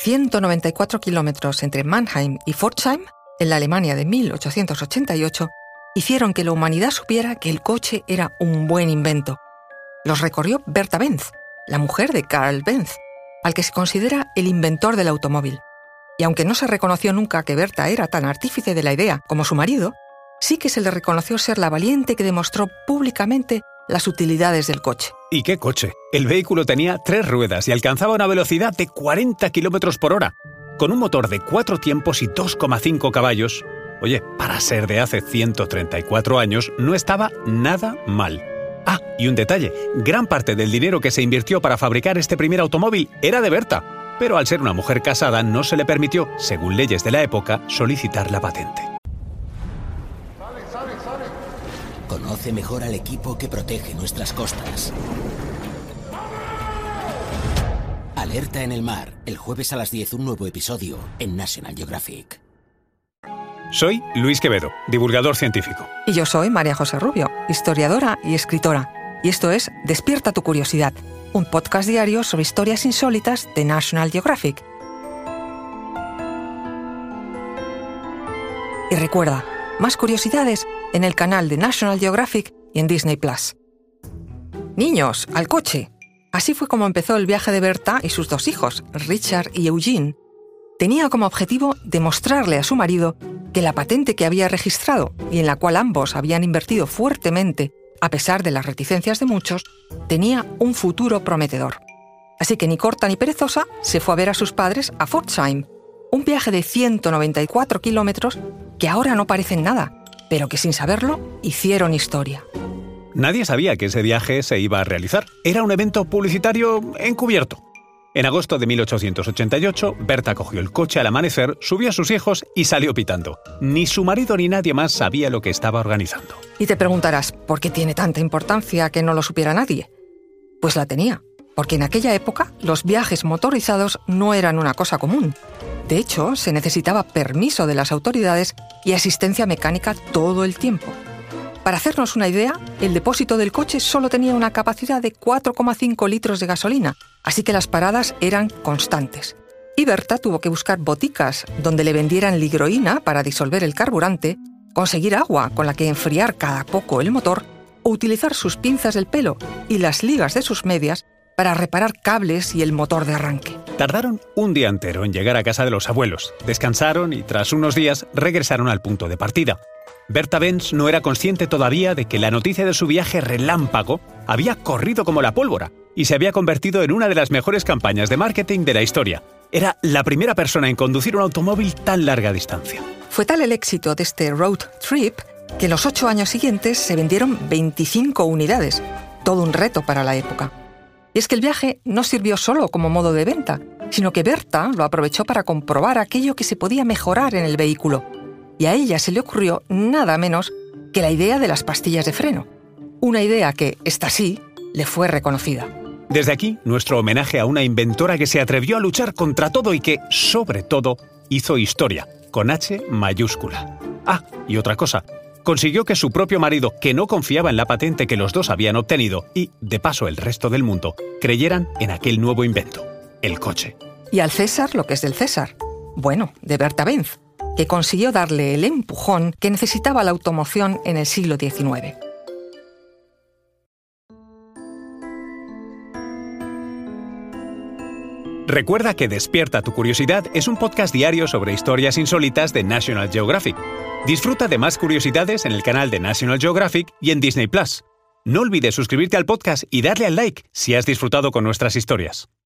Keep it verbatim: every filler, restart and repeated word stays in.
ciento noventa y cuatro kilómetros entre Mannheim y Pforzheim, en la Alemania de mil ochocientos ochenta y ocho, hicieron que la humanidad supiera que el coche era un buen invento. Los recorrió Berta Benz, la mujer de Karl Benz, al que se considera el inventor del automóvil. Y aunque no se reconoció nunca que Berta era tan artífice de la idea como su marido, sí que se le reconoció ser la valiente que demostró públicamente las utilidades del coche. ¿Y qué coche? El vehículo tenía tres ruedas y alcanzaba una velocidad de cuarenta kilómetros por hora, con un motor de cuatro tiempos y dos coma cinco caballos. Oye, para ser de hace ciento treinta y cuatro años, no estaba nada mal. Ah, y un detalle, gran parte del dinero que se invirtió para fabricar este primer automóvil era de Berta, pero al ser una mujer casada no se le permitió, según leyes de la época, solicitar la patente. Conoce mejor al equipo que protege nuestras costas. Alerta en el mar, el jueves a las diez, un nuevo episodio en National Geographic. Soy Luis Quevedo, divulgador científico. Y yo soy María José Rubio, historiadora y escritora. Y esto es Despierta tu curiosidad, un podcast diario sobre historias insólitas de National Geographic. Y recuerda, más curiosidades en el canal de National Geographic y en Disney Plus. Niños, al coche. Así fue como empezó el viaje de Berta y sus dos hijos, Richard y Eugene. Tenía como objetivo demostrarle a su marido que la patente que había registrado y en la cual ambos habían invertido fuertemente, a pesar de las reticencias de muchos, tenía un futuro prometedor. Así que ni corta ni perezosa se fue a ver a sus padres a Pforzheim, un viaje de ciento noventa y cuatro kilómetros que ahora no parecen nada, pero que sin saberlo hicieron historia. Nadie sabía que ese viaje se iba a realizar. Era un evento publicitario encubierto. En agosto de mil ochocientos ochenta y ocho, Berta cogió el coche al amanecer, subió a sus hijos y salió pitando. Ni su marido ni nadie más sabía lo que estaba organizando. Y te preguntarás, ¿por qué tiene tanta importancia que no lo supiera nadie? Pues la tenía, porque en aquella época los viajes motorizados no eran una cosa común. De hecho, se necesitaba permiso de las autoridades y asistencia mecánica todo el tiempo. Para hacernos una idea, el depósito del coche solo tenía una capacidad de cuatro coma cinco litros de gasolina, así que las paradas eran constantes. Y Berta tuvo que buscar boticas donde le vendieran ligroína para disolver el carburante, conseguir agua con la que enfriar cada poco el motor o utilizar sus pinzas del pelo y las ligas de sus medias para reparar cables y el motor de arranque. Tardaron un día entero en llegar a casa de los abuelos, descansaron y tras unos días regresaron al punto de partida. Berta Benz no era consciente todavía de que la noticia de su viaje relámpago había corrido como la pólvora y se había convertido en una de las mejores campañas de marketing de la historia. Era la primera persona en conducir un automóvil tan larga distancia. Fue tal el éxito de este road trip que en los ocho años siguientes se vendieron veinticinco unidades, todo un reto para la época. Y es que el viaje no sirvió solo como modo de venta, sino que Berta lo aprovechó para comprobar aquello que se podía mejorar en el vehículo. Y a ella se le ocurrió nada menos que la idea de las pastillas de freno. Una idea que, esta sí, le fue reconocida. Desde aquí, nuestro homenaje a una inventora que se atrevió a luchar contra todo y que, sobre todo, hizo historia, con H mayúscula. Ah, y otra cosa, consiguió que su propio marido, que no confiaba en la patente que los dos habían obtenido, y, de paso, el resto del mundo, creyeran en aquel nuevo invento, el coche. Y al César lo que es del César. Bueno, de Berta Benz, que consiguió darle el empujón que necesitaba la automoción en el siglo diecinueve. Recuerda que Despierta tu curiosidad es un podcast diario sobre historias insólitas de National Geographic. Disfruta de más curiosidades en el canal de National Geographic y en Disney Plus. No olvides suscribirte al podcast y darle al like si has disfrutado con nuestras historias.